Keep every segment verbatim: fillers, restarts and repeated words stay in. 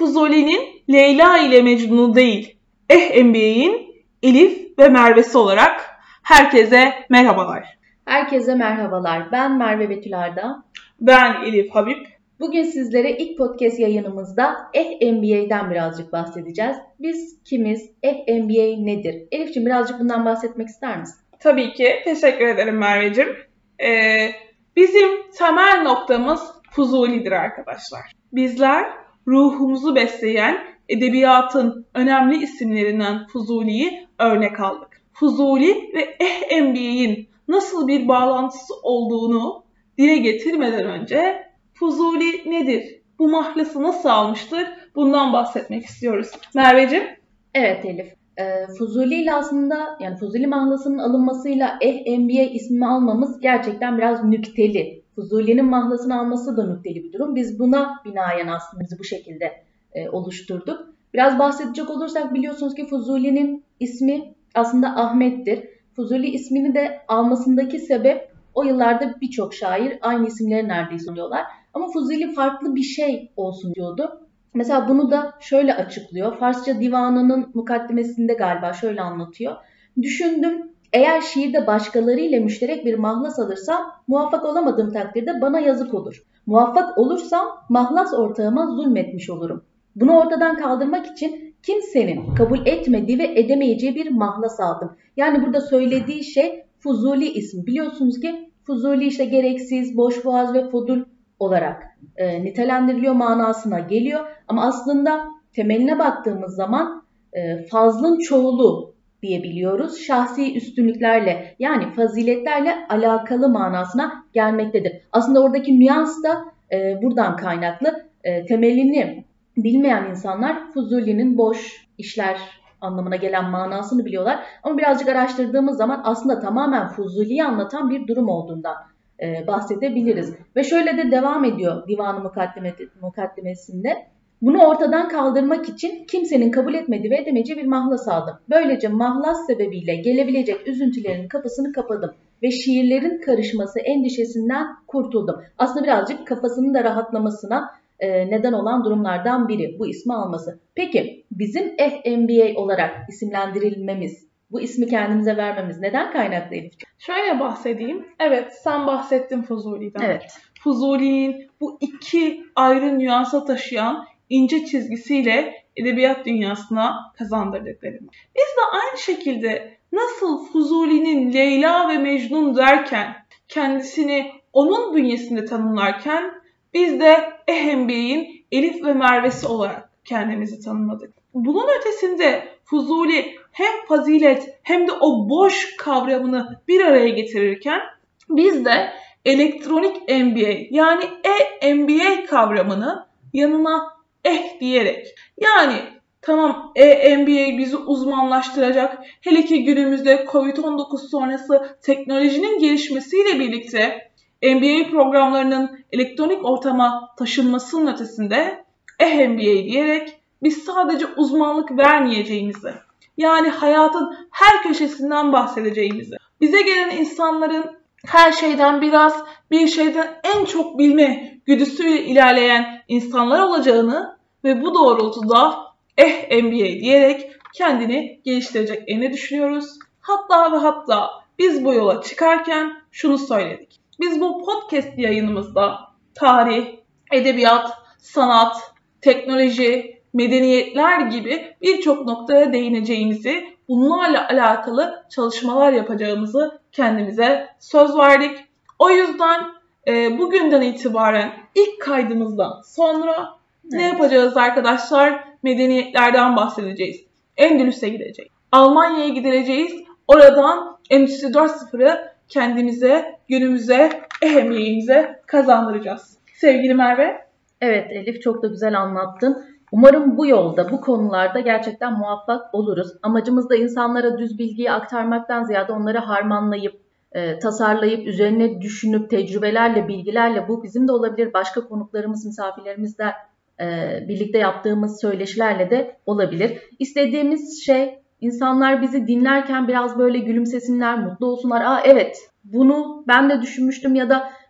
Fuzuli'nin Leyla ile Mecnun'u değil, Eh M B A'in Elif ve Merve'si olarak herkese merhabalar. Herkese merhabalar. Ben Merve Betül Arda. Ben Elif Habib. Bugün sizlere ilk podcast yayınımızda Eh M B A'den birazcık bahsedeceğiz. Biz kimiz? Eh M B A nedir? Elif'ciğim birazcık bundan bahsetmek ister misin? Tabii ki. Teşekkür ederim Merve'cim. Ee, bizim temel noktamız Fuzuli'dir arkadaşlar. Bizler ruhumuzu besleyen edebiyatın önemli isimlerinden Fuzuli'yi örnek aldık. Fuzuli ve Eh M B A'in nasıl bir bağlantısı olduğunu dile getirmeden önce Fuzuli nedir? Bu mahlası nasıl almıştır? Bundan bahsetmek istiyoruz. Merveciğim? Evet Elif. E, Fuzuli ile aslında yani Fuzuli mahlasının alınmasıyla Eh M B A ismini almamız gerçekten biraz nükteli. Fuzuli'nin mahlasını alması da nükteli bir durum. Biz buna binaen aslında bizi bu şekilde e, oluşturduk. Biraz bahsedecek olursak biliyorsunuz ki Fuzuli'nin ismi aslında Ahmet'tir. Fuzuli ismini de almasındaki sebep o yıllarda birçok şair aynı isimleri neredeyse alıyorlar. Ama Fuzuli farklı bir şey olsun diyordu. Mesela bunu da şöyle açıklıyor. Farsça divanının mukaddimesinde galiba şöyle anlatıyor. Düşündüm, eğer şiirde başkalarıyla müşterek bir mahlas alırsam muvaffak olamadığım takdirde bana yazık olur. Muvaffak olursam mahlas ortağıma zulmetmiş olurum. Bunu ortadan kaldırmak için kimsenin kabul etmediği ve edemeyeceği bir mahlas aldım. Yani burada söylediği şey Fuzuli ismi. Biliyorsunuz ki Fuzuli işte gereksiz, boşboğaz ve fudul olarak e, nitelendiriliyor manasına geliyor. Ama aslında temeline baktığımız zaman e, fazlın çoğulu diyebiliyoruz. Şahsi üstünlüklerle yani faziletlerle alakalı manasına gelmektedir. Aslında oradaki nüans da e, buradan kaynaklı. E, temelini bilmeyen insanlar Fuzuli'nin boş işler anlamına gelen manasını biliyorlar. Ama birazcık araştırdığımız zaman aslında tamamen Fuzuli'yi anlatan bir durum olduğundan e, bahsedebiliriz. Ve şöyle de devam ediyor Divan-ı Mukaddime, Mukaddimesinde. Bunu ortadan kaldırmak için kimsenin kabul etmediği ve edemeyeceği bir mahlas aldım. Böylece mahlas sebebiyle gelebilecek üzüntülerin kapısını kapadım ve şiirlerin karışması endişesinden kurtuldum. Aslında birazcık kafasının da rahatlamasına e, neden olan durumlardan biri bu ismi alması. Peki bizim Eh M B A olarak isimlendirilmemiz, bu ismi kendimize vermemiz neden kaynaklı Elif'ciğim? Şöyle bahsedeyim. Evet, sen bahsettin Fuzuli'den. Evet. Fuzuli'nin bu iki ayrı nüansa taşıyan ince çizgisiyle edebiyat dünyasına kazandırdıklarını. Biz de aynı şekilde nasıl Fuzuli'nin Leyla ve Mecnun derken kendisini onun bünyesinde tanımlarken biz de Eh M B A'in Elif ve Merve'si olarak kendimizi tanımladık. Bunun ötesinde Fuzuli hem fazilet hem de o boş kavramını bir araya getirirken biz de elektronik M B A yani E M B A kavramını yanına eh diyerek yani tamam E M B A bizi uzmanlaştıracak, hele ki günümüzde covid on dokuz sonrası teknolojinin gelişmesiyle birlikte M B A programlarının elektronik ortama taşınmasının ötesinde Eh M B A diyerek biz sadece uzmanlık vermeyeceğimizi, yani hayatın her köşesinden bahsedeceğimizi, bize gelen insanların her şeyden biraz, bir şeyden en çok bilme güdüsüyle ilerleyen insanlar olacağını ve bu doğrultuda Eh M B A diyerek kendini geliştireceklerini düşünüyoruz. Hatta ve hatta biz bu yola çıkarken şunu söyledik. Biz bu podcast yayınımızda tarih, edebiyat, sanat, teknoloji, medeniyetler gibi birçok noktaya değineceğimizi, bunlarla alakalı çalışmalar yapacağımızı kendimize söz verdik. O yüzden e, bugünden itibaren ilk kaydımızdan sonra evet. Ne yapacağız arkadaşlar? Medeniyetlerden bahsedeceğiz. Endülüs'e gideceğiz. Almanya'ya gideceğiz. Oradan Endüstri dört nokta sıfırı kendimize, günümüze, ehemmiyemize kazandıracağız. Sevgili Merve. Evet Elif, çok da güzel anlattın. Umarım bu yolda, bu konularda gerçekten muvaffak oluruz. Amacımız da insanlara düz bilgiyi aktarmaktan ziyade onları harmanlayıp, e, tasarlayıp, üzerine düşünüp, tecrübelerle, bilgilerle, bu bizim de olabilir, başka konuklarımız, misafirlerimizle e, birlikte yaptığımız söyleşilerle de olabilir. İstediğimiz şey, insanlar bizi dinlerken biraz böyle gülümsesinler, mutlu olsunlar. Aa evet, bunu ben de düşünmüştüm ya da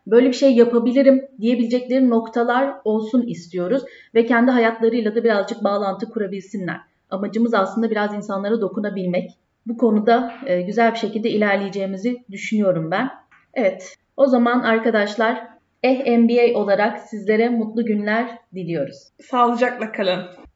böyle bir şey yapabilirim diyebilecekleri noktalar olsun istiyoruz ve kendi hayatlarıyla da birazcık bağlantı kurabilsinler. Amacımız aslında biraz insanlara dokunabilmek. Bu konuda e, güzel bir şekilde ilerleyeceğimizi düşünüyorum ben. Evet, o zaman arkadaşlar Eh M B A olarak sizlere mutlu günler diliyoruz. Sağlıcakla kalın.